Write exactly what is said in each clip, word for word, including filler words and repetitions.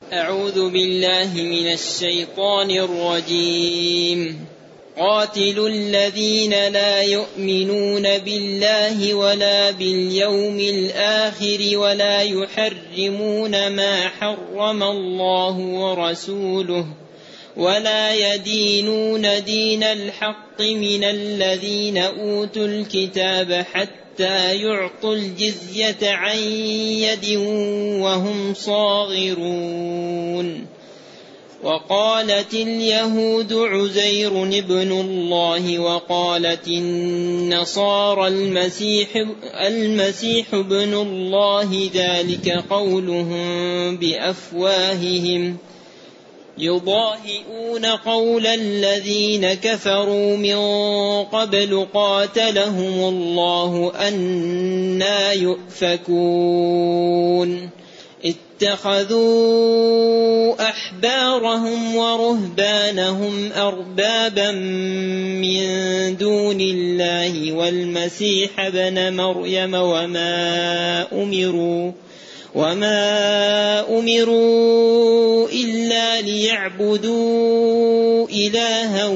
أعوذ بالله من الشيطان الرجيم. قاتلوا الذين لا يؤمنون بالله ولا باليوم الآخر ولا يحرمون ما حرم الله ورسوله ولا يدينون دين الحق من الذين أوتوا الكتاب حتى يعطوا الجزية عن يد وهم صاغرون. وقالت اليهود عزير ابن الله وقالت النصارى المسيح, المسيح ابن الله، ذلك قولهم بأفواههم يضاهئون قول الذين كفروا من قبل قاتلهم الله أنى يؤفكون. اتخذوا أحبارهم ورهبانهم أربابا من دون الله والمسيح ابن مريم وما أمروا وما أمروا إلا ليعبدوا إلها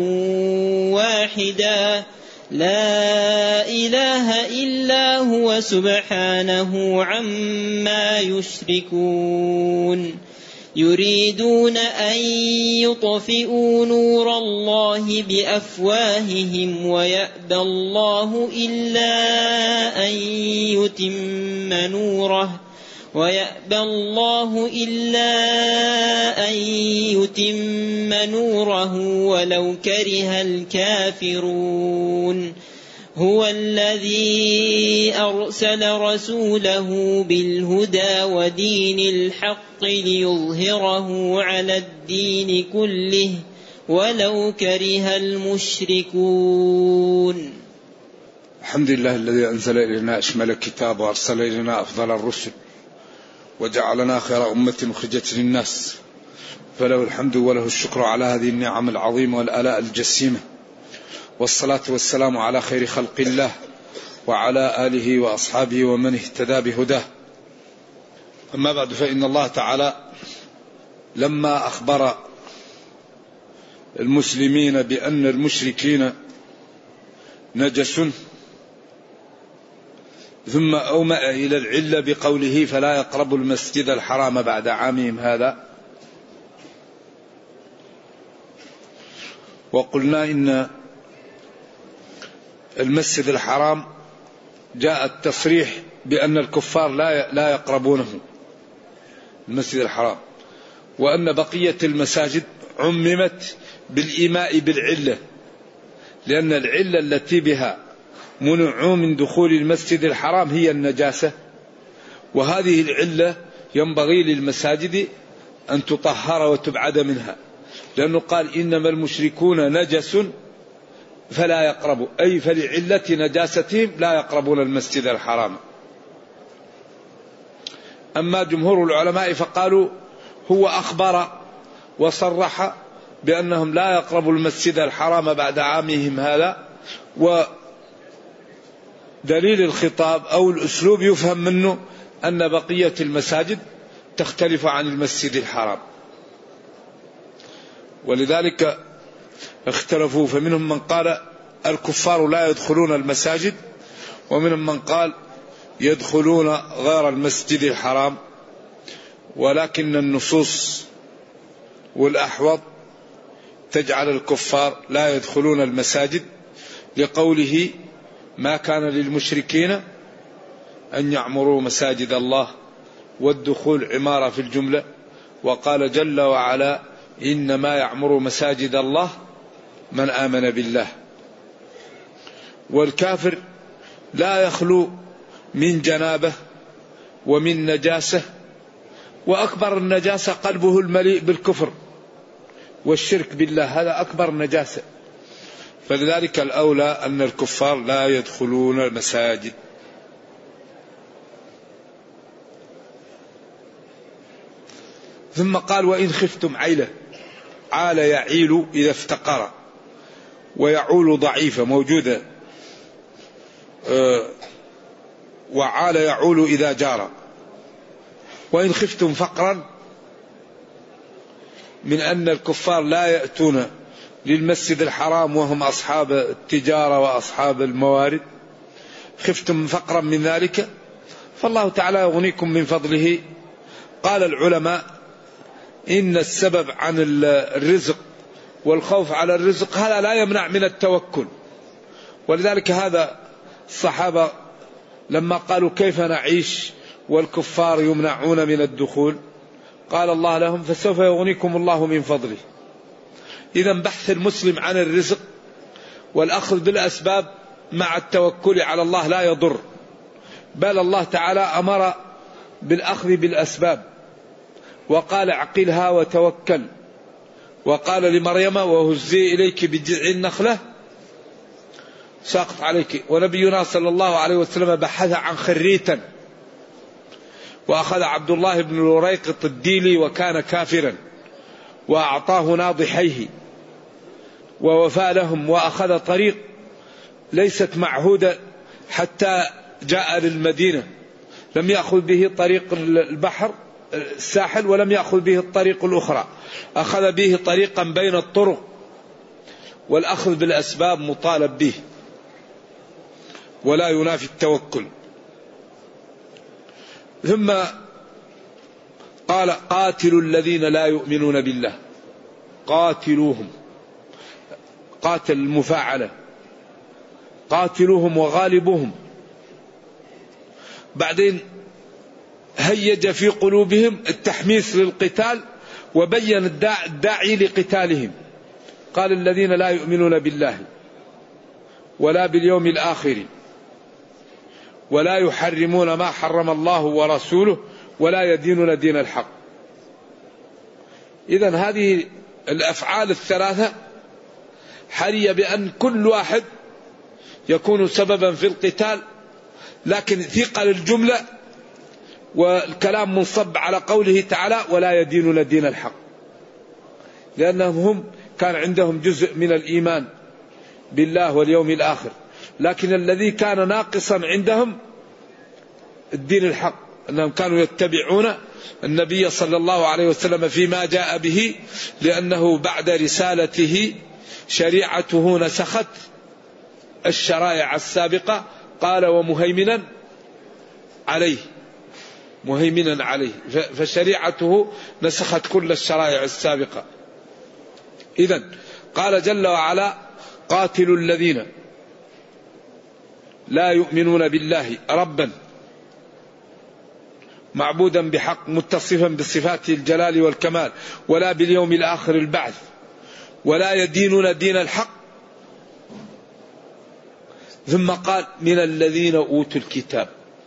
واحدا لا إله إلا هو سبحانه عما يشركون. يريدون أن يطفئوا نور الله بأفواههم ويأبى الله إلا أن يتم نوره ويأبى الله إلا أن يتم نوره ولو كره الكافرون. هو الذي أرسل رسوله بالهدى ودين الحق ليظهره على الدين كله ولو كره المشركون. الحمد لله الذي أنزل إلينا أشمل الكتاب وأرسل إلينا أفضل الرسل وجعلنا خير أمة مخرجة للناس، فله الحمد وله الشكر على هذه النعم العظيمة والآلاء الجسيمة، والصلاة والسلام على خير خلق الله وعلى آله وأصحابه ومن اهتدى بهداه. أما بعد، فإن الله تعالى لما أخبر المسلمين بأن المشركين نجس ثم أومأ إلى العلة بقوله فلا يقربوا المسجد الحرام بعد عامهم هذا، وقلنا إن المسجد الحرام جاء التصريح بأن الكفار لا لا يقربونه المسجد الحرام، وأن بقية المساجد عممت بالإيماء بالعلة، لأن العلة التي بها منعوا من دخول المسجد الحرام هي النجاسة، وهذه العلة ينبغي للمساجد أن تطهر وتبعد منها، لأنه قال إنما المشركون نجس فلا يقربوا، أي فلعلة نجاستهم لا يقربون المسجد الحرام. أما جمهور العلماء فقالوا هو أخبر وصرح بأنهم لا يقربوا المسجد الحرام بعد عامهم هذا، ودليل الخطاب أو الأسلوب يفهم منه أن بقية المساجد تختلف عن المسجد الحرام، ولذلك اختلفوا، فمنهم من قال الكفار لا يدخلون المساجد، ومنهم من قال يدخلون غير المسجد الحرام، ولكن النصوص والأحوط تجعل الكفار لا يدخلون المساجد، لقوله ما كان للمشركين أن يعمروا مساجد الله، والدخول عمارة في الجملة، وقال جل وعلا إنما يعمر مساجد الله من آمن بالله. والكافر لا يخلو من جنابه ومن نجاسة، وأكبر النجاسة قلبه المليء بالكفر والشرك بالله، هذا أكبر نجاسة، فلذلك الأولى أن الكفار لا يدخلون المساجد. ثم قال وإن خفتم عيلة، عال يعيل إذا افتقر، ويعول ضعيفة موجودة، وعال يعول إذا جار. وإن خفتم فقرا من أن الكفار لا يأتون للمسجد الحرام وهم أصحاب التجارة وأصحاب الموارد، خفتم فقرا من ذلك فالله تعالى يغنيكم من فضله. قال العلماء إن السبب عن الرزق والخوف على الرزق هذا لا يمنع من التوكل، ولذلك هذا الصحابة لما قالوا كيف نعيش والكفار يمنعون من الدخول قال الله لهم فسوف يغنيكم الله من فضله. إذا بحث المسلم عن الرزق والأخذ بالأسباب مع التوكل على الله لا يضر، بل الله تعالى أمر بالأخذ بالأسباب وقال اعقلها وتوكل، وقال لمريم وهزي إليك بجذع النخلة ساقط عليك. ونبينا صلى الله عليه وسلم بحث عن خريتا وأخذ عبد الله بن الوريقط الديلي وكان كافرا وأعطاه ناضحيه ووفى لهم، وأخذ طريق ليست معهودة حتى جاء للمدينة، لم يأخذ به طريق البحر الساحل ولم يأخذ به الطريق الأخرى، أخذ به طريقا بين الطرق، والأخذ بالأسباب مطالب به ولا ينافي التوكل. ثم قال قاتلوا الذين لا يؤمنون بالله، قاتلوهم، قاتل المفاعلة، قاتلوهم وغالبوهم. بعدين هيج في قلوبهم التحميس للقتال وبين الداعي لقتالهم، قال الذين لا يؤمنون بالله ولا باليوم الآخر ولا يحرمون ما حرم الله ورسوله ولا يدينون دين الحق. إذن هذه الأفعال الثلاثة حري بأن كل واحد يكون سببا في القتال، لكن ثقل الجملة والكلام منصب على قوله تعالى ولا يدينون دين الحق، لأنهم هم كان عندهم جزء من الإيمان بالله واليوم الآخر، لكن الذي كان ناقصا عندهم الدين الحق، أنهم كانوا يتبعون النبي صلى الله عليه وسلم فيما جاء به، لأنه بعد رسالته شريعته نسخت الشرائع السابقة، قال ومهيمنا عليه، مهيمنا عليه، فشريعته نسخت كل الشرائع السابقة. إذن قال جل وعلا قاتلوا الذين لا يؤمنون بالله ربا معبودا بحق متصفا بصفات الجلال والكمال ولا باليوم الآخر البعث ولا يدينون دين الحق. ثم قال من الذين أوتوا الكتاب،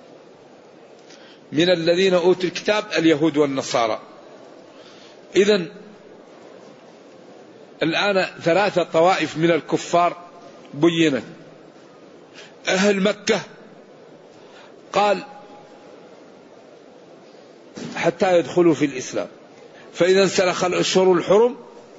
من الذين أوتوا الكتاب اليهود والنصارى. إذن الآن ثلاثة طوائف من الكفار بينت. أهل مكة قال حتى يدخلوا في الإسلام، فإذا انسلخ الأشهر الحرم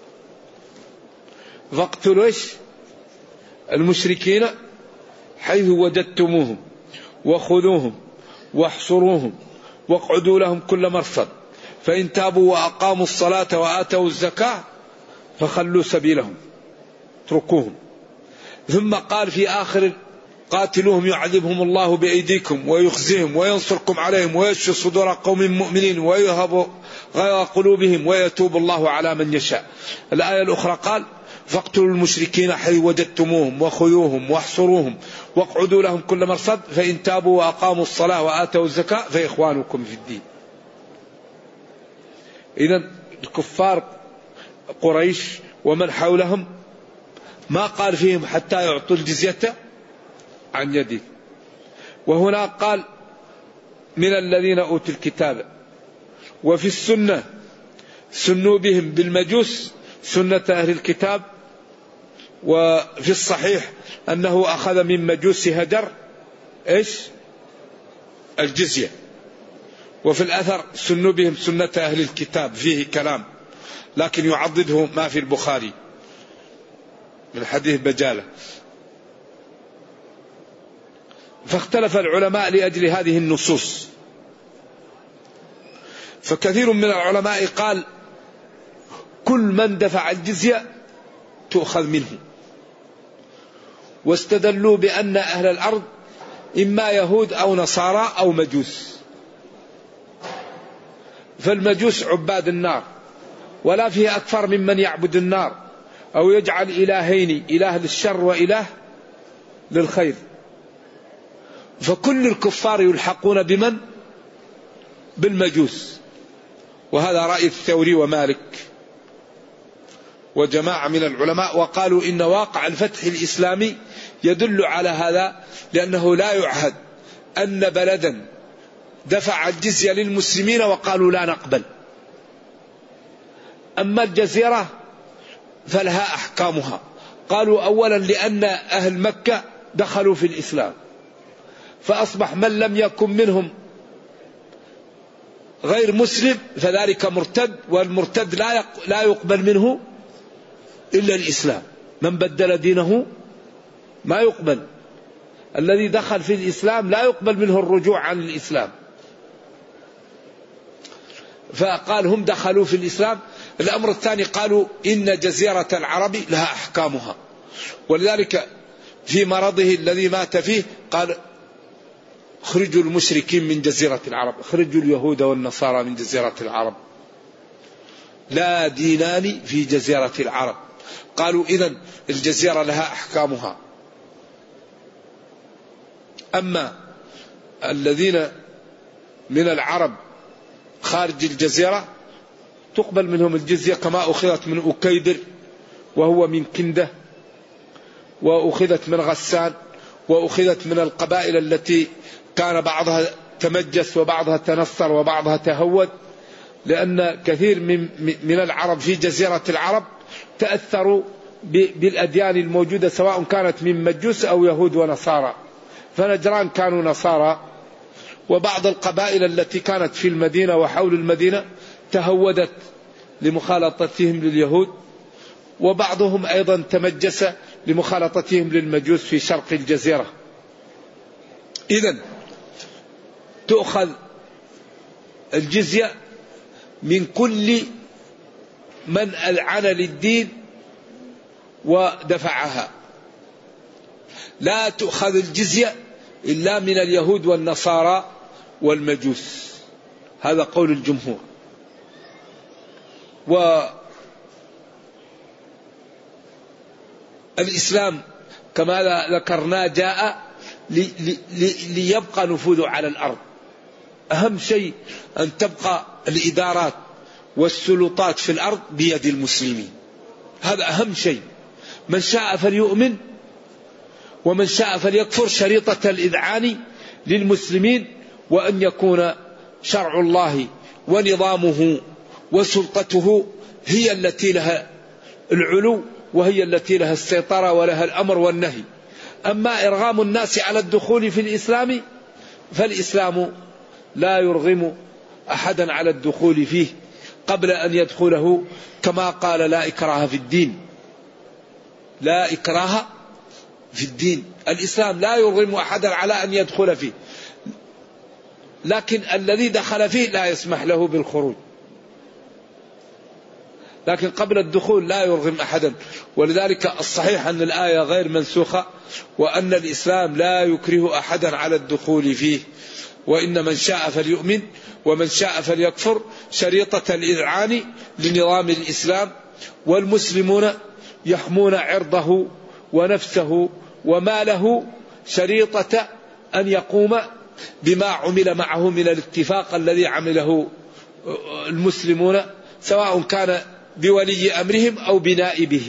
فاقتلوا المشركين حيث وجدتموهم وخذوهم واحصروهم واقعدوا لهم كل مرصد، فإن تابوا وأقاموا الصلاة وآتوا الزكاة فخلوا سبيلهم، اتركوهم. ثم قال في آخر قاتلوهم يعذبهم الله بأيديكم ويخزيهم وينصركم عليهم ويشفي صدور قوم مؤمنين ويهب غير قلوبهم ويتوب الله على من يشاء. الآية الأخرى قال فاقتلوا المشركين حيث وجدتموهم وخذوهم واحصروهم واقعدوا لهم كل مرصد، فإن تابوا وأقاموا الصلاة وآتوا الزكاة فإخوانكم في الدين. إذن الكفار قريش ومن حولهم ما قال فيهم حتى يعطوا الجزية عن يده. وهنا قال من الذين أوتوا الكتاب، وفي السنة سنوا بهم بالمجوس سنة أهل الكتاب، وفي الصحيح أنه أخذ من مجوس هجر إيش الجزية. وفي الأثر سنوا بهم سنة أهل الكتاب، فيه كلام لكن يعضده ما في البخاري من حديث بجالة. فاختلف العلماء لأجل هذه النصوص، فكثير من العلماء قال كل من دفع الجزية تؤخذ منه. واستدلوا بأن أهل الأرض إما يهود أو نصارى أو مجوس، فالمجوس عباد النار، ولا فيه أكثر ممن يعبد النار أو يجعل إلهين، إله للشر وإله للخير. فكل الكفار يلحقون بمن؟ بالمجوس. وهذا رأي الثوري ومالك وجماعة من العلماء، وقالوا إن واقع الفتح الإسلامي يدل على هذا، لأنه لا يعهد أن بلدا دفع الجزية للمسلمين وقالوا لا نقبل. أما الجزيرة فلها أحكامها. قالوا أولا لأن أهل مكة دخلوا في الإسلام، فأصبح من لم يكن منهم غير مسلم فذلك مرتد، والمرتد لا لا يقبل منه إلا الإسلام. من بدل دينه ما يقبل. الذي دخل في الإسلام لا يقبل منه الرجوع عن الإسلام. فقال هم دخلوا في الإسلام. الأمر الثاني قالوا إن جزيرة العرب لها أحكامها، ولذلك في مرضه الذي مات فيه قال اخرجوا المشركين من جزيرة العرب، اخرجوا اليهود والنصارى من جزيرة العرب، لا دينان في جزيرة العرب. قالوا إذن الجزيرة لها أحكامها. أما الذين من العرب خارج الجزيرة تقبل منهم الجزية، كما أخذت من أكيدر وهو من كندة، وأخذت من غسان، وأخذت من القبائل التي كان بعضها تمجس وبعضها تنصر وبعضها تهود، لأن كثير من من العرب في جزيرة العرب تأثروا بالأديان الموجودة سواء كانت من مجوس أو يهود ونصارى. فنجران كانوا نصارى، وبعض القبائل التي كانت في المدينة وحول المدينة تهودت لمخالطتهم لليهود، وبعضهم أيضا تمجس لمخالطتهم للمجوس في شرق الجزيرة. إذن تؤخذ الجزية من كل من أذعن للدين ودفعها. لا تؤخذ الجزية إلا من اليهود والنصارى والمجوس. هذا قول الجمهور. والإسلام كما ذكرنا جاء لي لي ليبقى نفوذه على الأرض. أهم شيء أن تبقى الإدارات والسلطات في الأرض بيد المسلمين. هذا أهم شيء. من شاء فليؤمن ومن شاء فليكفر، شريطة الإذعان للمسلمين، وأن يكون شرع الله ونظامه وسلطته هي التي لها العلو، وهي التي لها السيطرة ولها الأمر والنهي. أما إرغام الناس على الدخول في الإسلام فالإسلام لا يرغم أحدا على الدخول فيه قبل أن يدخله، كما قال لا إكراه في الدين. لا إكراه في الدين. الإسلام لا يرغم أحدا على أن يدخل فيه، لكن الذي دخل فيه لا يسمح له بالخروج. لكن قبل الدخول لا يرغم أحدا. ولذلك الصحيح أن الآية غير منسوخة، وأن الإسلام لا يكره أحدا على الدخول فيه، وإن من شاء فليؤمن ومن شاء فليكفر، شريطة الإذعان لنظام الإسلام. والمسلمون يحمون عرضه ونفسه وماله، شريطة أن يقوم بما عمل معه من الاتفاق الذي عمله المسلمون، سواء كان بولي أمرهم أو بنائبه.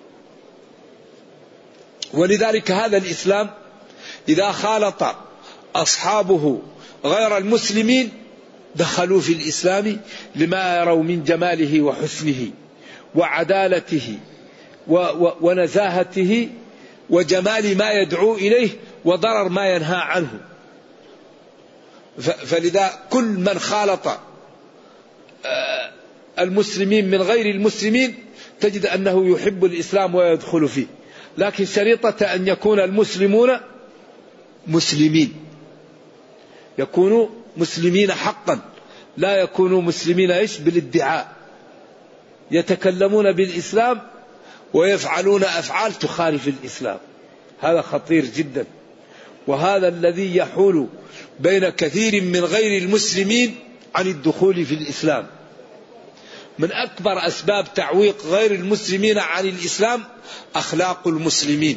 ولذلك هذا الإسلام إذا خالط أصحابه غير المسلمين دخلوا في الإسلام لما يروا من جماله وحسنه وعدالته ونزاهته وجمال ما يدعو إليه وضرر ما ينهى عنه. فلذا كل من خالط المسلمين من غير المسلمين تجد أنه يحب الإسلام ويدخل فيه. لكن شريطة أن يكون المسلمون مسلمين، يكونوا مسلمين حقا، لا يكونوا مسلمين إيش بالادعاء. يتكلمون بالإسلام ويفعلون أفعال تخالف الإسلام. هذا خطير جدا، وهذا الذي يحول بين كثير من غير المسلمين عن الدخول في الإسلام. من أكبر أسباب تعويق غير المسلمين عن الإسلام أخلاق المسلمين.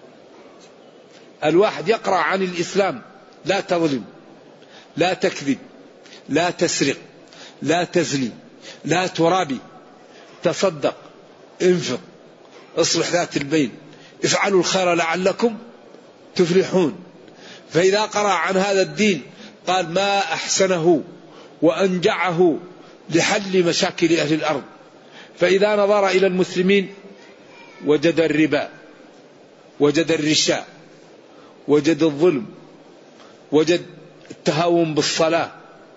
الواحد يقرأ عن الإسلام: لا تظلم، لا تكذب، لا تسرق، لا تزني، لا ترابي، تصدق، انفق، اصلح ذات البين، افعلوا الخير لعلكم تفلحون. فإذا قرأ عن هذا الدين قال: ما أحسنه وأنجعه لحل مشاكل أهل الأرض. فإذا نظر إلى المسلمين وجد الربا، وجد الرشاء، وجد الظلم، وجد التهاون بالصلاة،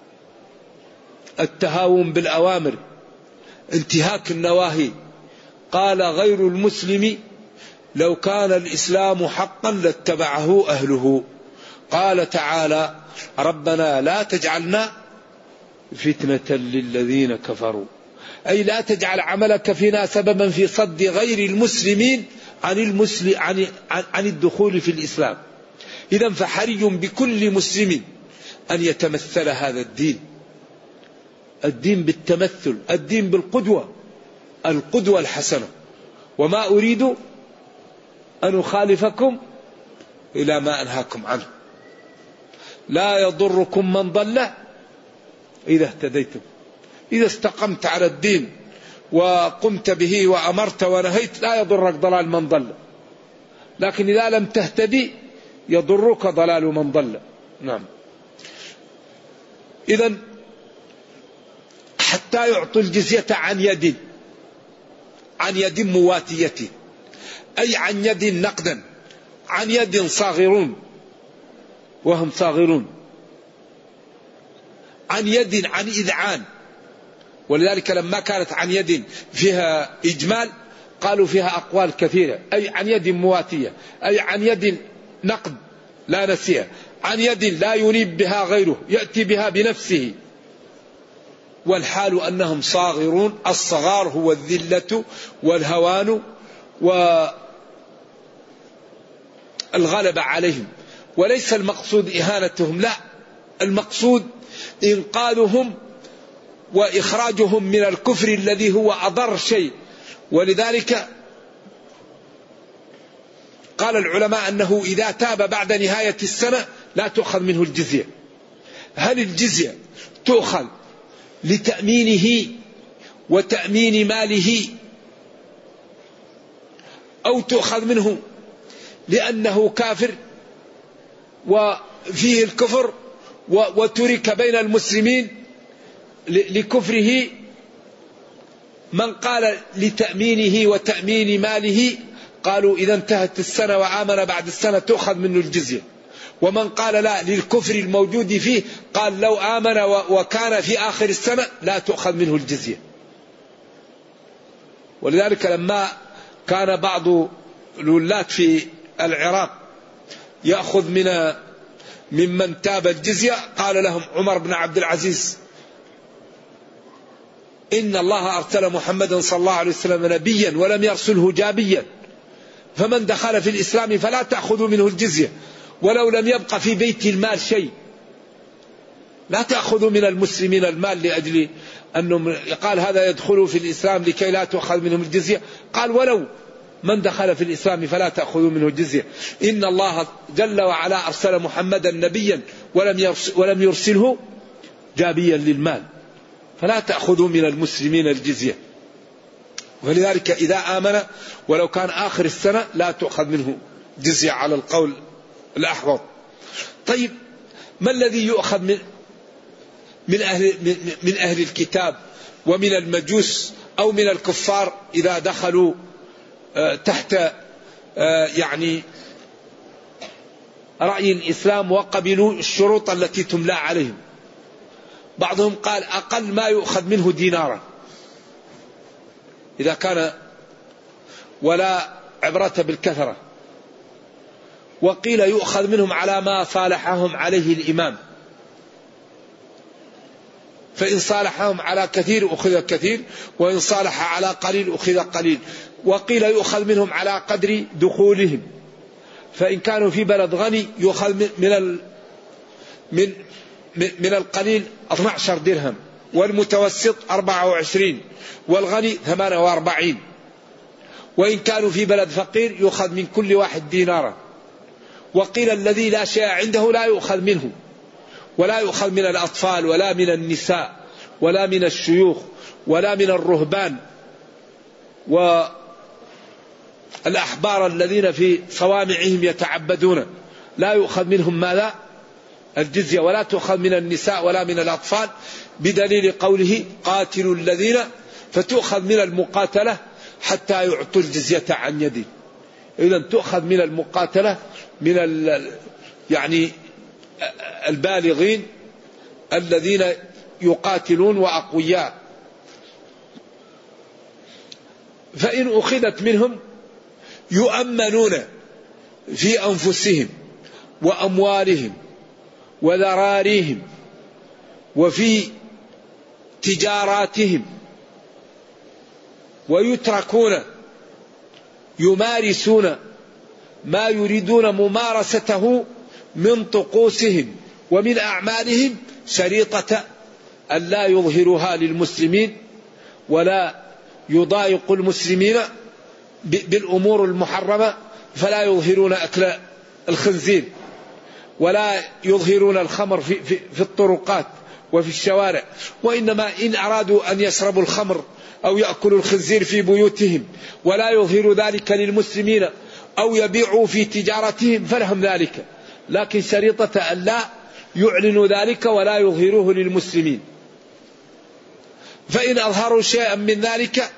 التهاون بالأوامر، انتهاك النواهي. قال غير المسلم: لو كان الإسلام حقا لاتبعه أهله. قال تعالى: ربنا لا تجعلنا فتنة للذين كفروا، أي لا تجعل عملك فينا سببا في صد غير المسلمين عن, المسلم عن, عن, عن الدخول في الإسلام. إذن فحري بكل مسلم أن يتمثل هذا الدين، الدين بالتمثل، الدين بالقدوة، القدوة الحسنة. وما أريد أن أخالفكم إلى ما أنهاكم عنه. لا يضركم من ضل إذا اهتديتم. إذا استقمت على الدين وقمت به وأمرت ونهيت لا يضرك ضلال من ضل، لكن إذا لم تهتدي يضرك ضلال من ضل. نعم. إذن حتى يعطوا الجزية عن يد، عن يد مواتية، أي عن يد نقدا، عن يد صاغرون وهم صاغرون، عن يد عن إذعان. ولذلك لما كانت عن يد فيها إجمال قالوا فيها أقوال كثيرة، أي عن يد مواتية، أي عن يد نقد لا نسيها، عن يد لا ينيب بها غيره، يأتي بها بنفسه. والحال أنهم صاغرون. الصغار هو الذلة والهوان والغلبة عليهم، وليس المقصود إهانتهم، لا، المقصود إنقاذهم وإخراجهم من الكفر الذي هو أضر شيء. ولذلك قال العلماء أنه إذا تاب بعد نهاية السنة لا تؤخذ منه الجزية. هل الجزية تؤخذ لتأمينه وتأمين ماله، أو تؤخذ منه لأنه كافر وفيه الكفر وترك بين المسلمين لكفره؟ من قال لتأمينه وتأمين ماله قالوا إذا انتهت السنة وآمن بعد السنة تؤخذ منه الجزية. ومن قال لا، للكفر الموجود فيه، قال لو آمن وكان في آخر السنة لا تؤخذ منه الجزية. ولذلك لما كان بعض الولاة في العراق يأخذ من ممن تاب الجزية، قال لهم عمر بن عبد العزيز: إن الله أرسل محمدا صلى الله عليه وسلم نبيا ولم يرسله جابيا، فمن دخل في الإسلام فلا تأخذوا منه الجزية ولو لم يبقى في بيت المال شيء. لا تأخذوا من المسلمين المال لأجل أنه قال هذا يدخل في الإسلام لكي لا تأخذ منهم الجزية. قال ولو من دخل في الإسلام فلا تأخذوا منه الجزية. إن الله جل وعلا أرسل محمدا نبيا ولم ولم يرسله جابيا للمال، فلا تأخذوا من المسلمين الجزية. ولذلك إذا آمن ولو كان آخر السنة لا تؤخذ منه جزية على القول الأحوط. طيب ما الذي يؤخذ من من أهل من أهل الكتاب ومن المجوس أو من الكفار إذا دخلوا تحت يعني رأي الإسلام وقبلوا الشروط التي تملى عليهم؟ بعضهم قال أقل ما يؤخذ منه دينارا إذا كان، ولا عبرة بالكثرة. وقيل يؤخذ منهم على ما صالحهم عليه الإمام. فإن صالحهم على كثير أخذ كثير، وإن صالح على قليل أخذ قليل. وقيل يؤخذ منهم على قدر دخولهم، فإن كانوا في بلد غني يؤخذ من ال من من القليل اثني عشر درهم، والمتوسط أربعة وعشرين، والغني ثمانية وأربعين. وإن كانوا في بلد فقير يؤخذ من كل واحد دينارا. وقيل الذي لا شيء عنده لا يؤخذ منه، ولا يؤخذ من الأطفال ولا من النساء ولا من الشيوخ ولا من الرهبان والأحبار الذين في صوامعهم يتعبدون، لا يؤخذ منهم ماذا؟ الجزية. ولا تؤخذ من النساء ولا من الأطفال، بدليل قوله قاتلوا الذين، فتؤخذ من المقاتلة حتى يعطوا الجزية عن يد. إذن تؤخذ من المقاتلة من يعني البالغين الذين يقاتلون وأقوياء. فإن أخذت منهم يؤمنون في أنفسهم وأموالهم وذراريهم وفي تجاراتهم، ويتركون يمارسون ما يريدون ممارسته من طقوسهم ومن أعمالهم، شريطة أن لا يظهروها للمسلمين ولا يضايق المسلمين بالأمور المحرمة، فلا يظهرون أكل الخنزير، ولا يظهرون الخمر في, في, في الطرقات وفي الشوارع، وإنما إن أرادوا أن يشربوا الخمر أو يأكلوا الخنزير في بيوتهم ولا يظهروا ذلك للمسلمين أو يبيعوا في تجارتهم فلهم ذلك، لكن شريطة أن لا يعلنوا ذلك ولا يظهروه للمسلمين. فإن أظهروا شيئا من ذلك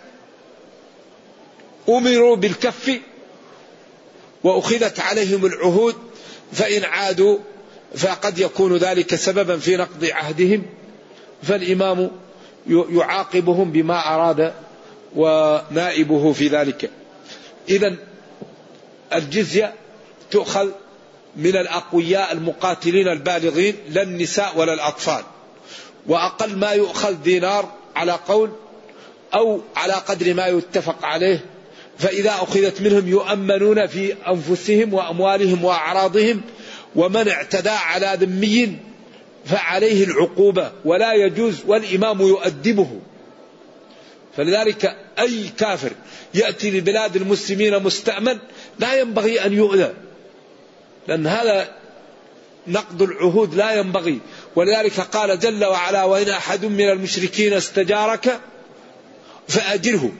أمروا بالكف وأخذت عليهم العهود، فإن عادوا فقد يكون ذلك سببا في نقض عهدهم، فالإمام يعاقبهم بما أراد ونائبه في ذلك. إذن الجزية تؤخذ من الأقوياء المقاتلين البالغين، لا النساء ولا الأطفال، وأقل ما يؤخذ دينار على قول أو على قدر ما يتفق عليه. فإذا أخذت منهم يؤمنون في أنفسهم وأموالهم وأعراضهم، ومن اعتدى على ذمي فعليه العقوبة ولا يجوز، والإمام يؤدبه. فلذلك أي كافر يأتي لبلاد المسلمين مستأمن لا ينبغي أن يؤذى، لأن هذا نقض العهود لا ينبغي. ولذلك قال جل وعلا وإن أحد من المشركين استجارك فأجره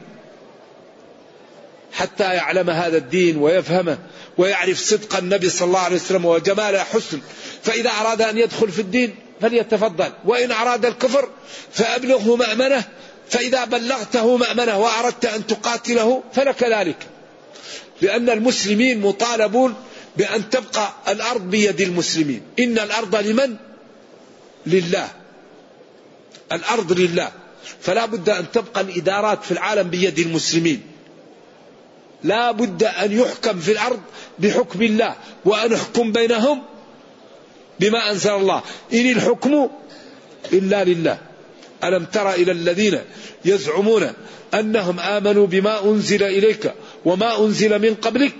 حتى يعلم هذا الدين ويفهمه ويعرف صدق النبي صلى الله عليه وسلم وجمال حسن، فإذا أراد أن يدخل في الدين فليتفضل، وإن أراد الكفر فأبلغه مأمنه، فإذا بلغته مأمنه وأردت أن تقاتله فلك ذلك، لأن المسلمين مطالبون بأن تبقى الأرض بيد المسلمين. إن الأرض لمن؟ لله، الأرض لله، فلا بد أن تبقى الإدارات في العالم بيد المسلمين، لا بد أن يحكم في الأرض بحكم الله، وأن يحكم بينهم بما أنزل الله، إن الحكم إلا لله. ألم تر إلى الذين يزعمون أنهم آمنوا بما أنزل إليك وما أنزل من قبلك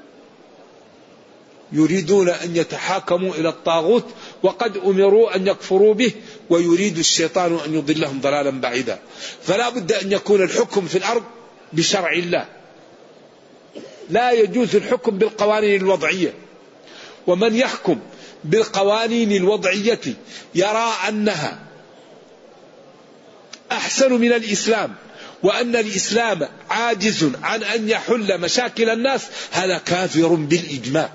يريدون أن يتحاكموا إلى الطاغوت وقد أمروا أن يكفروا به ويريد الشيطان أن يضلهم ضلالا بعيدا. فلا بد أن يكون الحكم في الأرض بشرع الله، لا يجوز الحكم بالقوانين الوضعية. ومن يحكم بالقوانين الوضعية يرى أنها أحسن من الإسلام وأن الإسلام عاجز عن أن يحل مشاكل الناس، هذا كافر بالإجماع.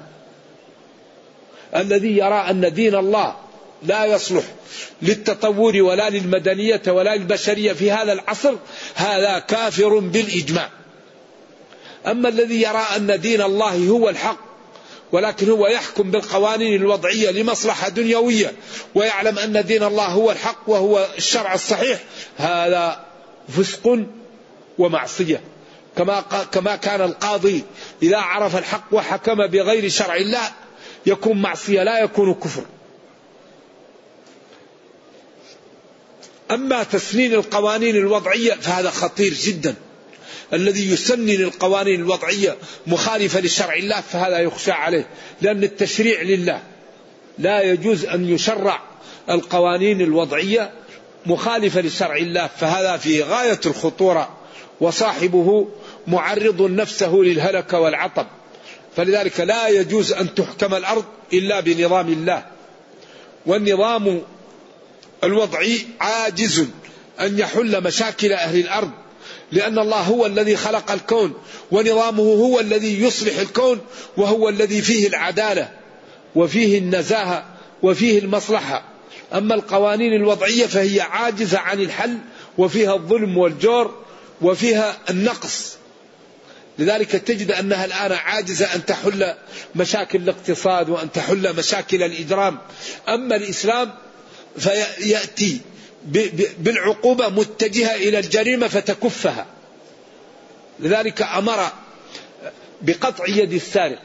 الذي يرى أن دين الله لا يصلح للتطور ولا للمدنية ولا للبشرية في هذا العصر، هذا كافر بالإجماع. أما الذي يرى أن دين الله هو الحق ولكن هو يحكم بالقوانين الوضعية لمصلحة دنيوية ويعلم أن دين الله هو الحق وهو الشرع الصحيح، هذا فسق ومعصية. كما كما كان القاضي إذا عرف الحق وحكم بغير شرع الله يكون معصية لا يكون كفر. أما تسنين القوانين الوضعية فهذا خطير جدا. الذي يسنن القوانين الوضعية مخالفة لشرع الله فهذا يخشى عليه، لأن التشريع لله، لا يجوز أن يشرع القوانين الوضعية مخالفة لشرع الله، فهذا في غاية الخطورة، وصاحبه معرض نفسه للهلك والعطب. فلذلك لا يجوز أن تحكم الأرض إلا بنظام الله، والنظام الوضعي عاجز أن يحل مشاكل أهل الأرض، لأن الله هو الذي خلق الكون، ونظامه هو الذي يصلح الكون، وهو الذي فيه العدالة وفيه النزاهة وفيه المصلحة. أما القوانين الوضعية فهي عاجزة عن الحل، وفيها الظلم والجور وفيها النقص. لذلك تجد أنها الآن عاجزة أن تحل مشاكل الاقتصاد وأن تحل مشاكل الإجرام. أما الإسلام فيأتي بالعقوبة متجهة إلى الجريمة فتكفها. لذلك أمر بقطع يد السارق،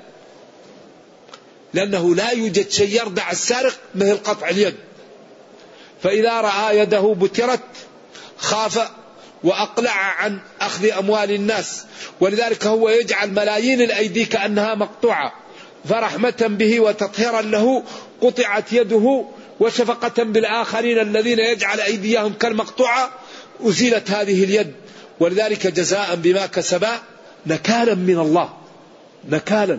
لأنه لا يوجد شيء يردع السارق مثل قطع اليد. فإذا رأى يده بترت خاف وأقلع عن أخذ أموال الناس، ولذلك هو يجعل ملايين الأيدي كأنها مقطوعة، فرحمة به وتطهيرا له قطعت يده، وشفقة بالآخرين الذين يجعل أيديهم كالمقطوعة أزيلت هذه اليد. ولذلك جزاء بما كسبا نكالا من الله، نكالا.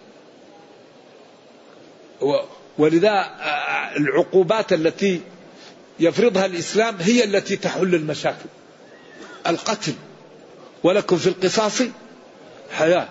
ولذا العقوبات التي يفرضها الإسلام هي التي تحل المشاكل. القتل ولكم في القصاص حياة،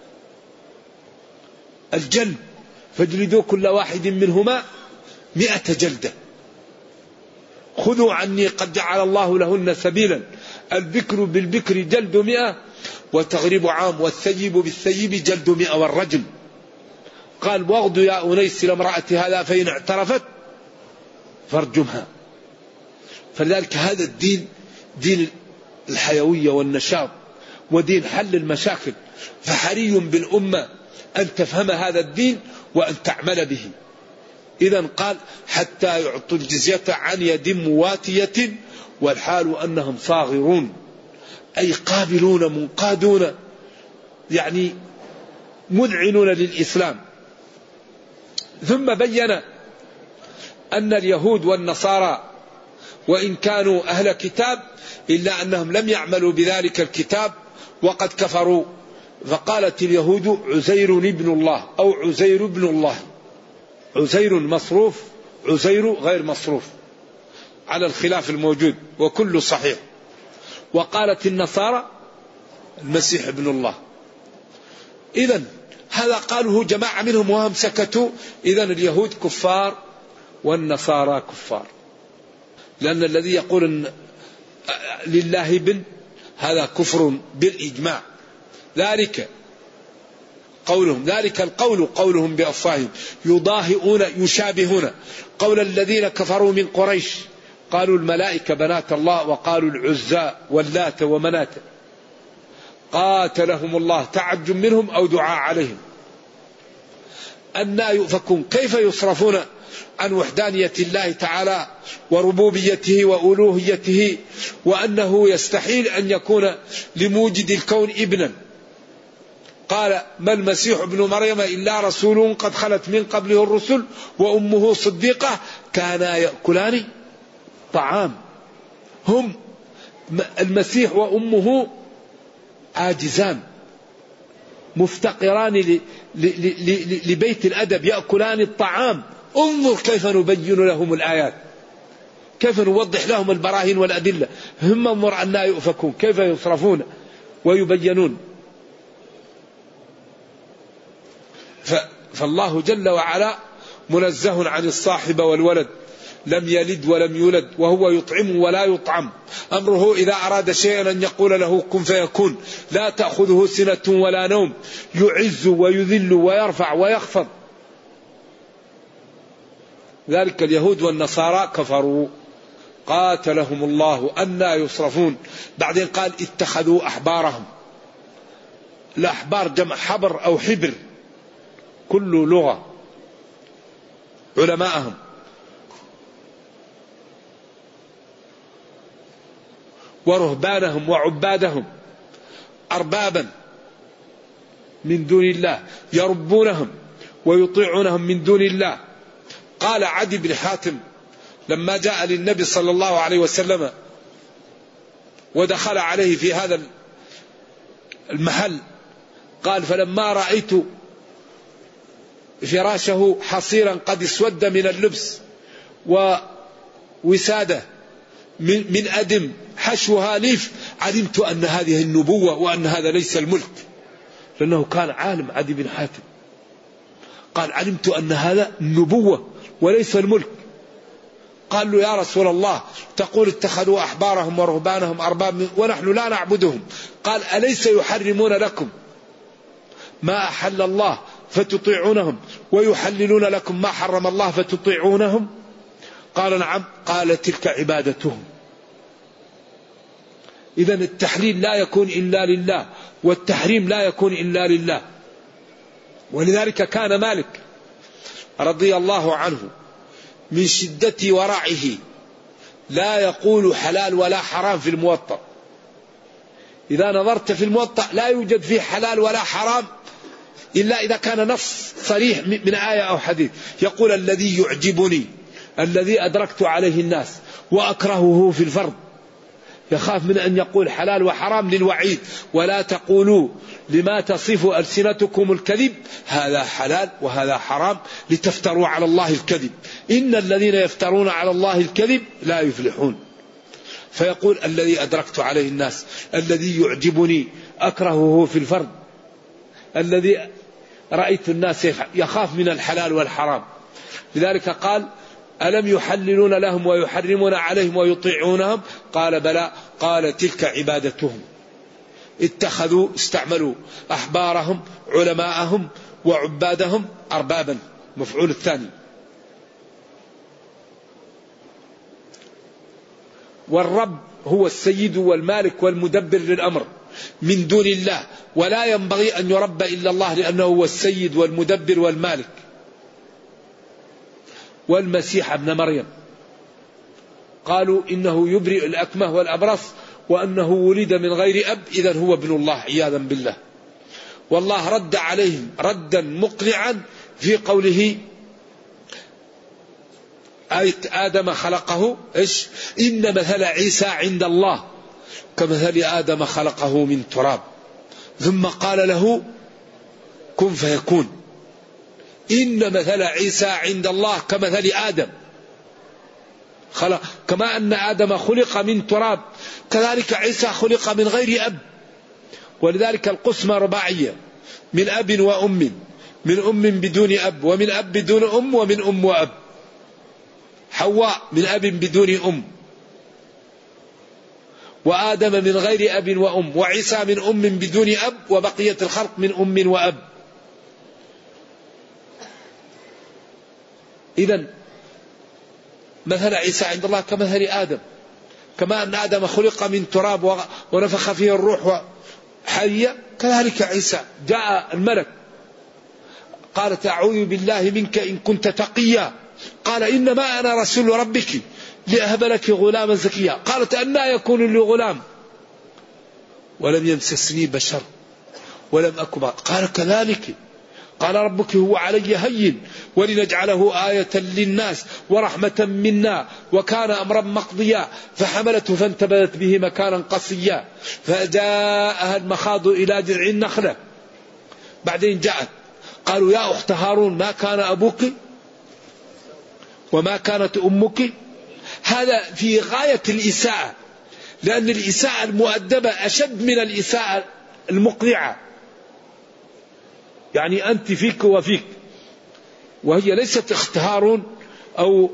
الجلد فاجلدوا كل واحد منهما مئة جلدة، خذوا عني قد جعل الله لهن سبيلا، البكر بالبكر جلد مئة وتغريب عام، والثيب بالثيب جلد مئة والرجم. قال واغض يا أنيس لامرأة هذا فإن اعترفت فارجمها. فلذلك هذا الدين دين الحيوية والنشاط ودين حل المشاكل، فحري بالأمة أن تفهم هذا الدين وأن تعمل به. إذن قال حتى يعطوا الجزية عن يد مواتية والحال أنهم صاغرون، أي قابلون منقادون، يعني مذعنون للإسلام. ثم بين أن اليهود والنصارى وإن كانوا أهل كتاب إلا أنهم لم يعملوا بذلك الكتاب وقد كفروا. فقالت اليهود عزير ابن الله أو عزير ابن الله، عزير مصروف، عزير غير مصروف على الخلاف الموجود وكل صحيح. وقالت النصارى المسيح ابن الله. إذن هذا قاله جماعة منهم وهم سكتوا. إذن اليهود كفار والنصارى كفار، لأن الذي يقول إن لله ابن هذا كفر بالإجماع. ذلك قولهم، ذلك القول قولهم بأفواههم يضاهئون يشابهون قول الذين كفروا من قريش، قالوا الملائكة بنات الله وقالوا العزى واللات ومنات، قاتلهم الله تعجب منهم أو دعاء عليهم. أنا يؤفكون، كيف يصرفون عن وحدانية الله تعالى وربوبيته وألوهيته، وأنه يستحيل أن يكون لموجد الكون ابنا. قال ما المسيح ابن مريم إلا رسول قد خلت من قبله الرسل وأمه صديقة كانا يأكلان طعام. هم المسيح وأمه عاجزان مفتقران لبيت الأدب، يأكلان الطعام. انظر كيف نبين لهم الآيات، كيف نوضح لهم البراهين والأدلة. هم انظر أننا يؤفكون، كيف يصرفون ويبينون. فالله جل وعلا منزه عن الصاحب والولد، لم يلد ولم يولد، وهو يطعم ولا يطعم. أمره إذا أراد شيئا أن يقول له كن فيكون، لا تأخذه سنة ولا نوم، يعز ويذل ويرفع ويخفض. ذلك اليهود والنصارى كفروا قاتلهم الله أنى يصرفون. بعدين قال اتخذوا أحبارهم، الأحبار جمع حبر أو حبر، كل لغة علماءهم. ورهبانهم وعبادهم أربابا من دون الله يربونهم ويطيعونهم من دون الله. قال عدي بن حاتم لما جاء للنبي صلى الله عليه وسلم ودخل عليه في هذا المحل قال فلما رأيت فراشه حصيرا قد اسود من اللبس ووسادة من أدم حشوها ليف علمت أن هذه النبوة وأن هذا ليس الملك، لأنه كان عالم عدي بن حاتم. قال علمت أن هذا النبوة وليس الملك. قال له يا رسول الله تقول اتخذوا أحبارهم ورهبانهم أرباب ونحن لا نعبدهم. قال أليس يحرمون لكم ما أحل الله فتطيعونهم ويحللون لكم ما حرم الله فتطيعونهم؟ قال نعم. قال تلك عبادتهم. إذن التحليل لا يكون إلا لله والتحريم لا يكون إلا لله. ولذلك كان مالك رضي الله عنه من شدة ورعه لا يقول حلال ولا حرام في الموطأ. إذا نظرت في الموطأ لا يوجد فيه حلال ولا حرام إلا إذا كان نص صريح من آية أو حديث. يقول الذي يعجبني الذي أدركت عليه الناس وأكرهه في الفرض. يخاف من أن يقول حلال وحرام للوعيد. ولا تقولوا لما تصف ألسنتكم الكذب هذا حلال وهذا حرام لتفتروا على الله الكذب إن الذين يفترون على الله الكذب لا يفلحون. فيقول الذي أدركت عليه الناس الذي يعجبني أكرهه في الفرد الذي رأيت الناس يخاف من الحلال والحرام. لذلك قال ألم يحللون لهم ويحرمون عليهم ويطيعونهم؟ قال بلى. قال تلك عبادتهم. اتخذوا استعملوا أحبارهم علماءهم وعبادهم أربابا. مفعول الثاني. والرب هو السيد والمالك والمدبر للأمر من دون الله، ولا ينبغي أن يربى إلا الله لأنه هو السيد والمدبر والمالك. والمسيح ابن مريم قالوا إنه يبرئ الأكمه والأبرص وأنه ولد من غير أب إذن هو ابن الله عياذا بالله. والله رد عليهم ردا مقنعا في قوله آية آدم خلقه إيش؟ إن مثل عيسى عند الله كمثل آدم خلقه من تراب ثم قال له كن فيكون. إن مثل عيسى عند الله كمثل آدم خلق. كما أن آدم خلق من تراب كذلك عيسى خلق من غير أب. ولذلك القسمة رباعية من أب وأم، من أم بدون أب ومن أب بدون أم ومن أم وأب. حواء من أب بدون أم، وآدم من غير أب وأم، وعيسى من أم بدون أب، وبقية الخلق من أم وأب. إذن مثل عيسى عند الله كمثل آدم، كما أن آدم خلق من تراب ونفخ فيه الروح حية كذلك عيسى. جاء الملك قالت أعوذ بالله منك إن كنت تقيا. قال إنما أنا رسول ربك لأهب لك غلاما زكيا. قالت أنى يكون لي غلام ولم يمسسني بشر ولم أكن. قال كذلك قال ربك هو علي هين ولنجعله آية للناس ورحمة منا وكان أمرا مقضيا. فحملته فانتبذت به مكانا قصيا فجاءها المخاض إلى جذع النخلة. بعدين جاءت قالوا يا أخت هارون ما كان أبوك وما كانت أمك. هذا في غاية الإساءة، لأن الإساءة المؤدبة أشد من الإساءة المقنعة. يعني أنت فيك وفيك، وهي ليست اخت هارون أو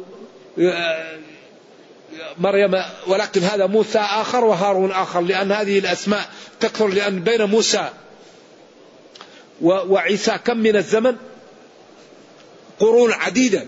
مريم، ولكن هذا موسى آخر وهارون آخر، لأن هذه الأسماء تكثر، لأن بين موسى وعيسى كم من الزمن؟ قرون عديدة.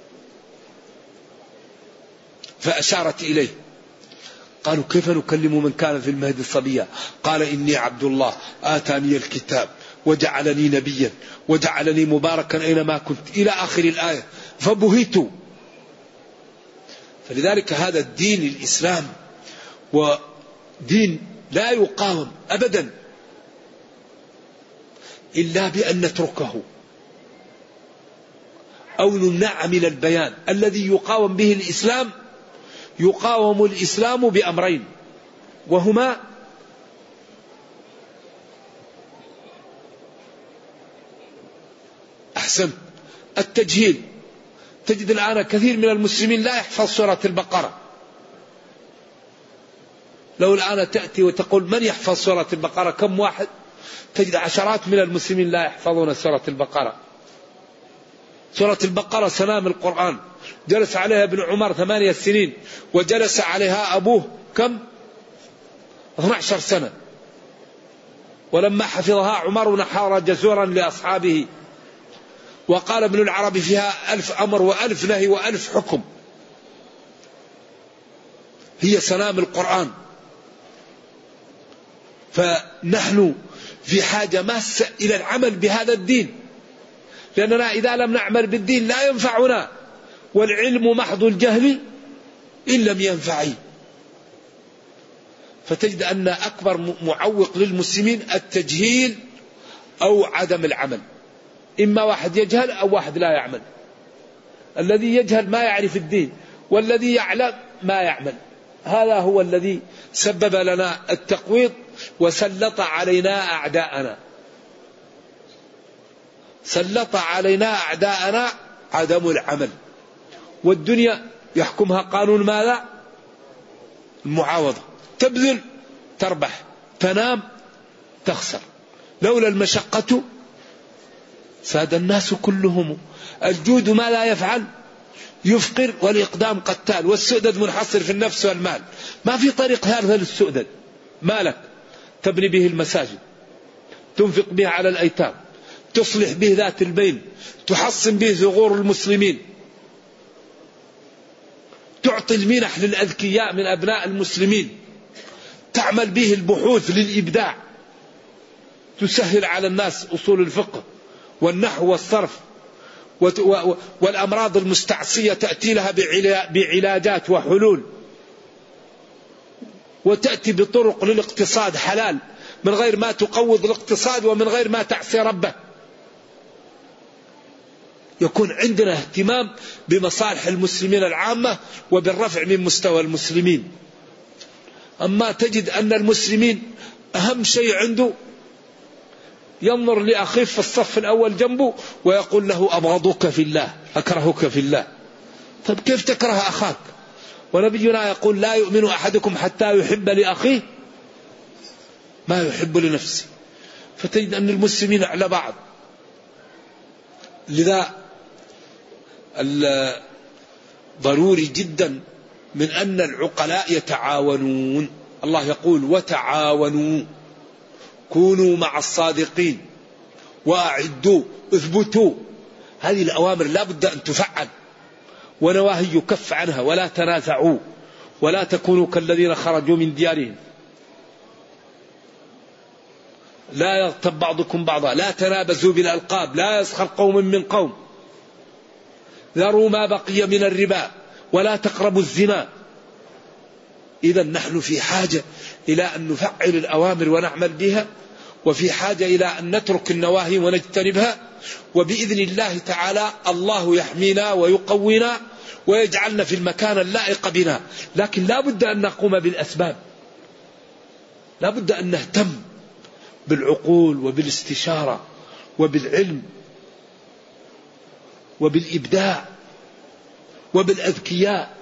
فأشارت إليه قالوا كيف نكلم من كان في المهد صبيا؟ قال إني عبد الله آتاني الكتاب وجعلني نبيا وجعلني مباركا أينما كنت إلى آخر الآية. فبهتوا. فلذلك هذا الدين الإسلام دين لا يقاوم أبدا إلا بأن نتركه أو نمنع من البيان. الذي يقاوم به الإسلام يقاوم الإسلام بأمرين، وهما أحسن التجهيل. تجد الآن كثير من المسلمين لا يحفظ سورة البقرة. لو الآن تأتي وتقول من يحفظ سورة البقرة كم واحد، تجد عشرات من المسلمين لا يحفظون سورة البقرة. سورة البقرة سلام القرآن، جلس عليها ابن عمر ثمانية سنين وجلس عليها أبوه كم؟ اثنتا عشرة سنة. ولما حفظها عمر نحار جزورا لأصحابه، وقال ابن العربي فيها ألف أمر وألف نهي وألف حكم. هي سلام القرآن. فنحن في حاجة ماسة إلى العمل بهذا الدين، لأننا إذا لم نعمل بالدين لا ينفعنا، والعلم محض الجهل إن لم ينفعي. فتجد أن أكبر معوق للمسلمين التجهيل أو عدم العمل. إما واحد يجهل أو واحد لا يعمل. الذي يجهل ما يعرف الدين، والذي يعلم ما يعمل. هذا هو الذي سبب لنا التقويض وسلط علينا أعداءنا. سلط علينا أعداءنا عدم العمل. والدنيا يحكمها قانون ماذا؟ المعاوضة. تبذل تربح، تنام تخسر. لولا المشقة ساد الناس كلهم. الجود ما لا يفعل يفقر، والإقدام قتال، والسؤدد منحصر في النفس والمال. ما في طريق هذا للسؤدد. مالك تبني به المساجد، تنفق به على الأيتام، تصلح به ذات البين، تحصن به ثغور المسلمين، تعطي المنح للأذكياء من أبناء المسلمين، تعمل به البحوث للإبداع، تسهل على الناس أصول الفقه والنحو والصرف، والأمراض المستعصية تأتي لها بعلاجات وحلول، وتأتي بطرق للاقتصاد حلال من غير ما تقوض الاقتصاد ومن غير ما تعصي ربه. يكون عندنا اهتمام بمصالح المسلمين العامة وبالرفع من مستوى المسلمين. أما تجد أن المسلمين أهم شيء عنده ينظر لأخيه في الصف الأول جنبه ويقول له أبغضك في الله، أكرهك في الله. طيب كيف تكره أخاك؟ ونبينا يقول لا يؤمن أحدكم حتى يحب لأخيه ما يحب لنفسه. فتجد أن المسلمين على بعض. لذا ضروري جدا من أن العقلاء يتعاونون. الله يقول وتعاونوا، كونوا مع الصادقين، وأعدوا، اثبتوا. هذه الأوامر لا بد أن تفعل، ونواهي يكف عنها. ولا تنازعوا، ولا تكونوا كالذين خرجوا من ديارهم. لا يغتب بعضكم بعضا، لا تنابزوا بالألقاب، لا يسخر قوم من قوم، ذروا ما بقي من الربا، ولا تقربوا الزنا. إذا نحن في حاجة إلى أن نفعل الأوامر ونعمل بها، وفي حاجة إلى أن نترك النواهي ونجتنبها. وبإذن الله تعالى الله يحمينا ويقوينا ويجعلنا في المكان اللائق بنا. لكن لا بد أن نقوم بالأسباب، لا بد أن نهتم بالعقول وبالاستشارة وبالعلم وبالإبداع وبالأذكياء،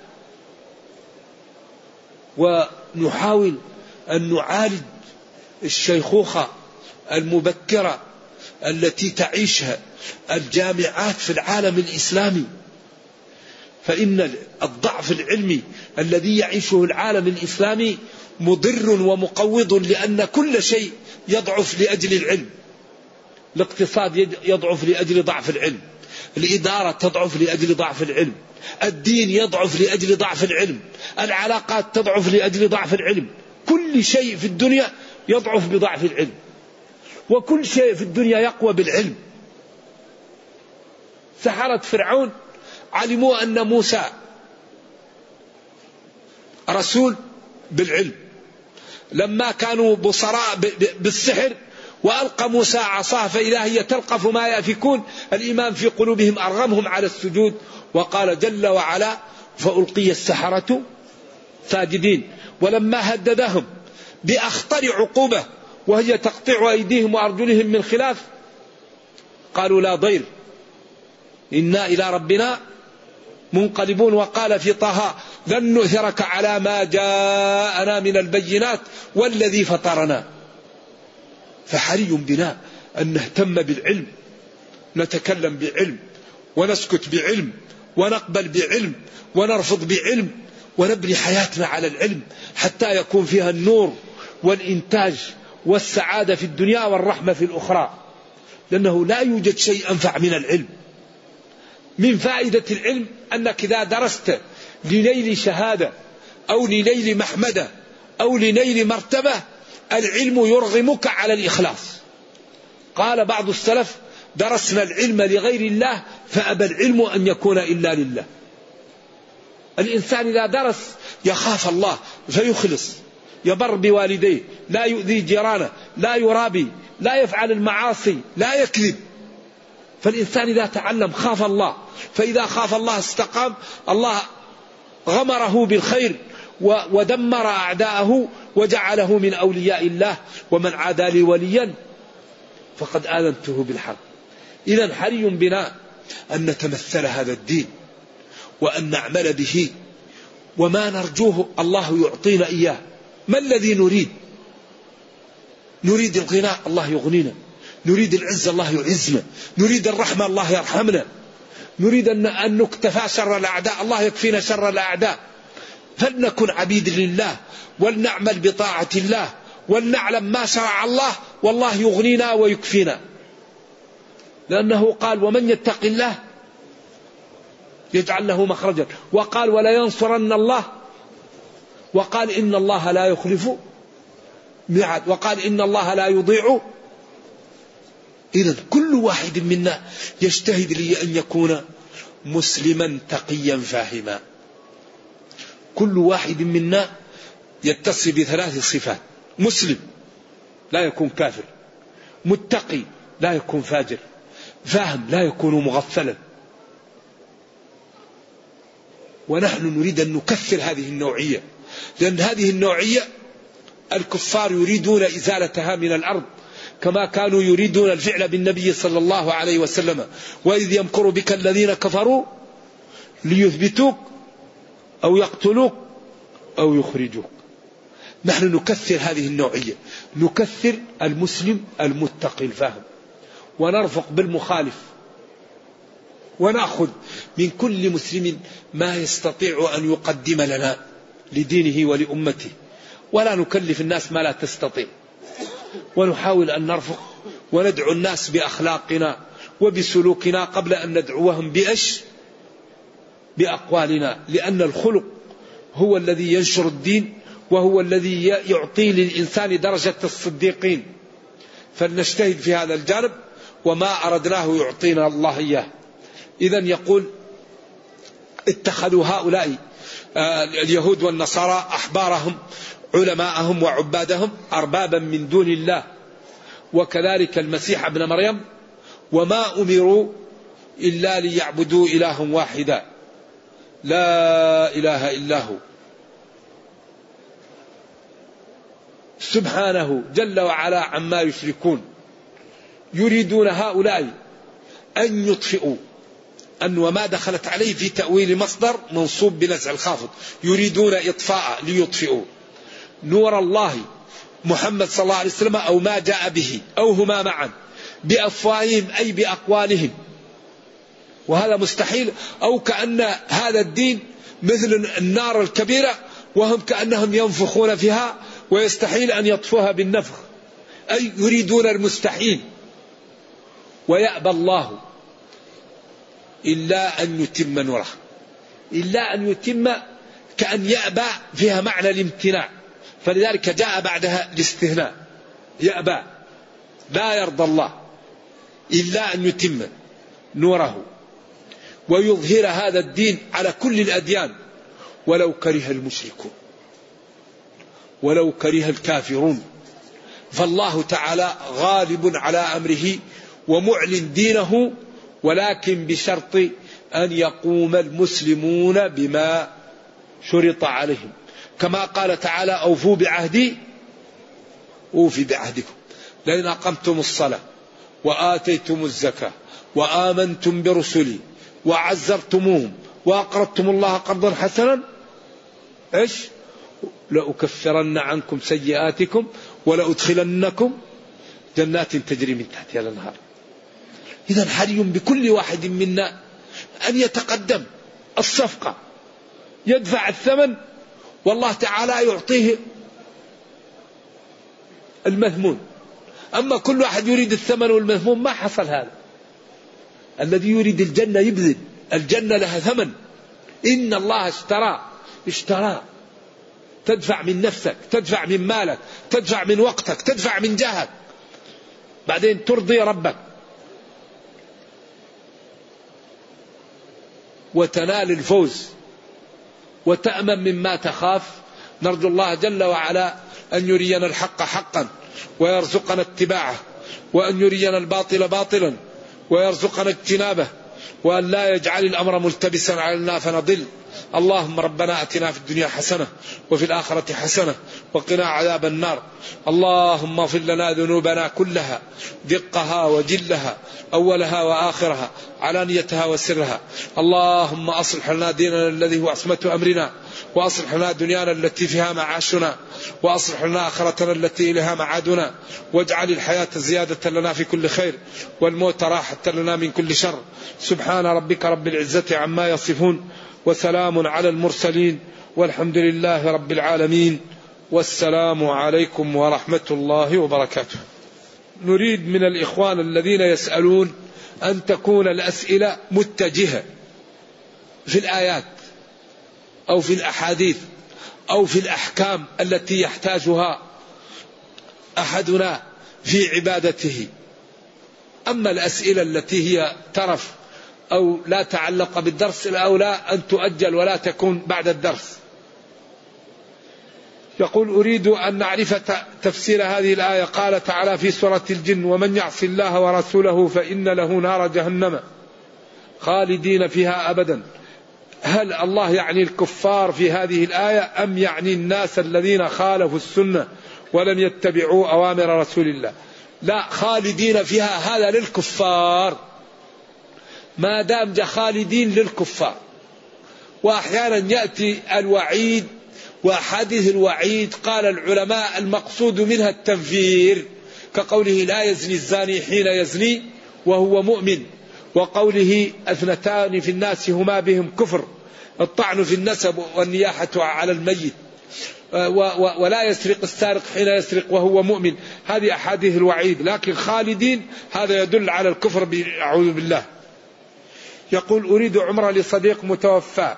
ونحاول أن نعالج الشيخوخة المبكرة التي تعيشها الجامعات في العالم الإسلامي. فإن الضعف العلمي الذي يعيشه العالم الإسلامي مضر ومقوض، لأن كل شيء يضعف لأجل العلم. الاقتصاد يضعف لأجل ضعف العلم، الإدارة تضعف لأجل ضعف العلم، الدين يضعف لأجل ضعف العلم، العلاقات تضعف لأجل ضعف العلم. كل شيء في الدنيا يضعف بضعف العلم، وكل شيء في الدنيا يقوى بالعلم. سحرة فرعون علموا أن موسى رسول بالعلم، لما كانوا بصراء بالسحر وألقى موسى عصاه فإذا هي تلقف ما يأفكون، الإيمان في قلوبهم أرغمهم على السجود، وقال جل وعلا فألقي السحرة ساجدين. ولما هددهم بأخطر عقوبة وهي تقطيع أيديهم وأرجلهم من خلاف قالوا لا ضير إنا إلى ربنا منقلبون. وقال في طه لن نؤثرك على ما جاءنا من البينات والذي فطرنا. فحري بنا أن نهتم بالعلم، نتكلم بعلم ونسكت بعلم ونقبل بعلم ونرفض بعلم، ونبني حياتنا على العلم حتى يكون فيها النور والإنتاج والسعادة في الدنيا والرحمة في الأخرى، لأنه لا يوجد شيء أنفع من العلم. من فائدة العلم أنك إذا درست لنيل شهادة أو لنيل محمدة أو لنيل مرتبة، العلم يرغمك على الإخلاص. قال بعض السلف درسنا العلم لغير الله فأبى العلم أن يكون إلا لله. الإنسان إذا درس يخاف الله فيخلص، يبر بوالديه، لا يؤذي جيرانه، لا يرابي، لا يفعل المعاصي، لا يكذب. فالإنسان إذا تعلم خاف الله، فإذا خاف الله استقام، الله غمره بالخير ودمر أعداءه وجعله من أولياء الله. ومن عادى لي وليا فقد آذنته بالحرب. إذن حري بنا أن نتمثل هذا الدين وأن نعمل به، وما نرجوه الله يعطينا إياه. ما الذي نريد؟ نريد الغناء الله يغنينا، نريد العز الله يعزنا، نريد الرحمة الله يرحمنا، نريد أن نكتفى شر الأعداء الله يكفينا شر الأعداء. فلنكن عبيد لله ولنعمل بطاعة الله ولنعلم ما شرع الله، والله يغنينا ويكفينا، لأنه قال ومن يتق الله يجعل له مخرجا، وقال ولا ينصرن الله، وقال إن الله لا يخلف ميعاد، وقال إن الله لا يضيع. إذن كل واحد منا يجتهد لي أن يكون مسلما تقيا فاهما. كل واحد منا يتصف بثلاث صفات: مسلم لا يكون كافر، متقي لا يكون فاجر، فاهم لا يكون مغفلا. ونحن نريد أن نكثر هذه النوعية، لأن هذه النوعية الكفار يريدون إزالتها من الأرض، كما كانوا يريدون الفعل بالنبي صلى الله عليه وسلم: وإذ يمكر بك الذين كفروا ليثبتوك أو يقتلوك أو يخرجوك. نحن نكثر هذه النوعية، نكثر المسلم المتقي الفاهم، ونرفق بالمخالف، ونأخذ من كل مسلم ما يستطيع أن يقدم لنا لدينه ولأمته، ولا نكلف الناس ما لا تستطيع. ونحاول أن نرفق وندعو الناس بأخلاقنا وبسلوكنا قبل أن ندعوهم بأش بأقوالنا، لأن الخلق هو الذي ينشر الدين، وهو الذي يعطي للإنسان درجة الصديقين. فلنجتهد في هذا الجانب، وما أردناه يعطينا الله إياه. إذن يقول اتخذوا هؤلاء اليهود والنصارى أحبارهم علماءهم وعبادهم أربابا من دون الله، وكذلك المسيح ابن مريم، وما أمروا إلا ليعبدوا إلها واحدا لا إله إلا هو سبحانه جل وعلا عما يشركون. يريدون هؤلاء أن يطفئوا، أن وما دخلت عليه في تأويل مصدر منصوب بنزع الخافض، يريدون إطفاء ليطفئوا نور الله محمد صلى الله عليه وسلم أو ما جاء به أو هما معا بأفواههم أي بأقوالهم، وهذا مستحيل. أو كأن هذا الدين مثل النار الكبيرة وهم كأنهم ينفخون فيها ويستحيل أن يطفوها بالنفخ، أي يريدون المستحيل. ويأبى الله إلا أن يتم نوره، إلا أن يتم كأن يأبى فيها معنى الامتناع، فلذلك جاء بعدها الاستثناء. يأبى لا يرضى الله إلا أن يتم نوره ويظهر هذا الدين على كل الأديان ولو كره المشركون. ولو كره الكافرون. فالله تعالى غالب على أمره ومعلن دينه، ولكن بشرط أن يقوم المسلمون بما شرط عليهم، كما قال تعالى أوفوا بعهدي أوفي بعهدكم. لئن أقمتم الصلاة وآتيتم الزكاة وآمنتم برسلي وعزرتموهم وأقرضتم الله قرضا حسنا إيش لأكفرن عنكم سيئاتكم ولأدخلنكم جنات تجري من تحتها الأنهار. إذا حري بكل واحد منا أن يتقدم الصفقة، يدفع الثمن، والله تعالى يعطيه المذمون. أما كل واحد يريد الثمن والمذمون ما حصل هذا. الذي يريد الجنة يبذل، الجنة لها ثمن. إن الله اشترى اشترى تدفع من نفسك، تدفع من مالك، تدفع من وقتك، تدفع من جهك، بعدين ترضي ربك وتنال الفوز وتأمن مما تخاف. نرجو الله جل وعلا أن يرينا الحق حقا ويرزقنا اتباعه، وأن يرينا الباطل باطلا ويرزقنا اجتنابه، وأن لا يجعل الأمر ملتبسا علينا فنضل. اللهم ربنا أتنا في الدنيا حسنة وفي الآخرة حسنة وقنا عذاب النار. اللهم اغفر لنا ذنوبنا كلها دقها وجلها أولها وآخرها علانيتها وسرها. اللهم أصلح لنا ديننا الذي هو عصمة أمرنا، وأصلح لنا دنيانا التي فيها معاشنا، وأصلح لنا آخرتنا التي إليها معادنا، واجعل الحياة زيادة لنا في كل خير والموت راحة لنا من كل شر. سبحان ربك رب العزة عما يصفون وسلام على المرسلين والحمد لله رب العالمين، والسلام عليكم ورحمة الله وبركاته. نريد من الإخوان الذين يسألون أن تكون الأسئلة متجهة في الآيات أو في الأحاديث أو في الأحكام التي يحتاجها أحدنا في عبادته. أما الأسئلة التي هي ترف أو لا تعلق بالدرس الأولى أن تؤجل ولا تكون بعد الدرس. يقول أريد أن نعرف تفسير هذه الآية. قال تعالى في سورة الجن ومن يعص الله ورسوله فإن له نار جهنم خالدين فيها أبدا. هل الله يعني الكفار في هذه الآية أم يعني الناس الذين خالفوا السنة ولم يتبعوا أوامر رسول الله؟ لا، خالدين فيها هذا للكفار، ما دام جاء خالدين للكفار. وأحيانا يأتي الوعيد وأحاديث الوعيد قال العلماء المقصود منها التنفير، كقوله لا يزني الزاني حين يزني وهو مؤمن، وقوله اثنتان في الناس هما بهم كفر، الطعن في النسب والنياحة على الميت، ولا يسرق السارق حين يسرق وهو مؤمن. هذه أحاديث الوعيد، لكن خالدين هذا يدل على الكفر أعوذ بالله. يقول أريد عمرة لصديق متوفى،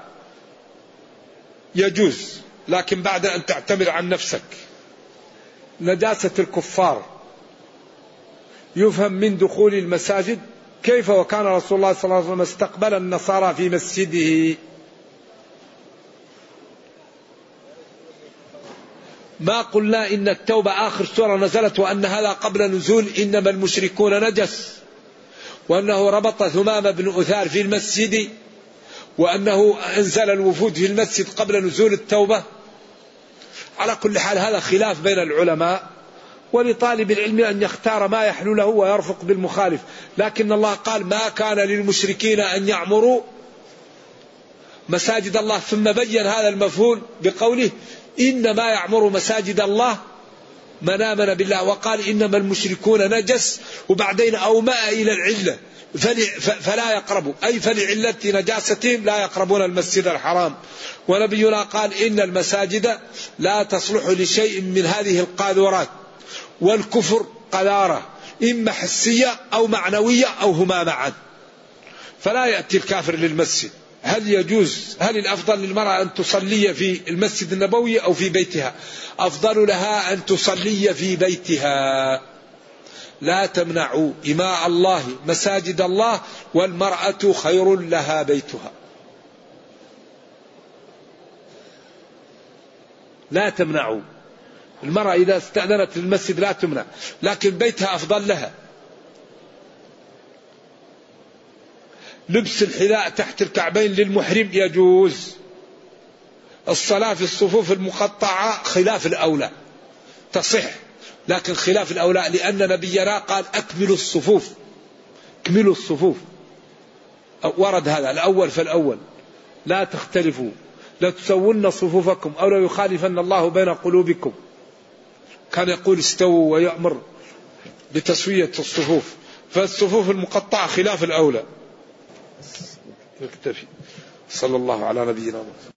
يجوز لكن بعد أن تعتمر عن نفسك. نجاسة الكفار يفهم من دخول المساجد، كيف وكان رسول الله صلى الله عليه وسلم استقبل النصارى في مسجده. ما قلنا إن التوبة آخر سورة نزلت وأن هذا قبل نزول إنما المشركون نجس، وأنه ربط ثمام بن أثار في المسجد، وأنه أنزل الوفود في المسجد قبل نزول التوبة. على كل حال هذا خلاف بين العلماء، ولطالب العلم أن يختار ما يحلو له ويرفق بالمخالف. لكن الله قال ما كان للمشركين أن يعمروا مساجد الله، ثم بين هذا المفهوم بقوله إنما يعمر مساجد الله من آمن بالله، وقال إنما المشركون نجس، وبعدين أومأ إلى العلة فلا يقربوا، أي فلعلة نجاستهم لا يقربون المسجد الحرام. ونبينا قال إن المساجد لا تصلح لشيء من هذه القاذورات، والكفر قذارة إما حسية أو معنوية أو هما معا، فلا يأتي الكافر للمسجد. هل يجوز، هل الأفضل للمرأة أن تصلي في المسجد النبوي أو في بيتها؟ أفضل لها أن تصلي في بيتها. لا تمنعوا إماء الله مساجد الله، والمرأة خير لها بيتها. لا تمنعوا المرأة إذا استأذنت للمسجد لا تمنع، لكن بيتها أفضل لها. لبس الحذاء تحت الكعبين للمحرم يجوز. الصلاة في الصفوف المقطعة خلاف الأولى، تصح لكن خلاف الأولى، لأن نبينا قال أكملوا الصفوف، اكملوا الصفوف، ورد هذا الأول فالأول، لا تختلفوا، لا تسون صفوفكم أو لا يخالفن الله بين قلوبكم. كان يقول استووا ويأمر بتسوية الصفوف، فالصفوف المقطعة خلاف الأولى. نكتفي. صلى الله على نبينا محمد.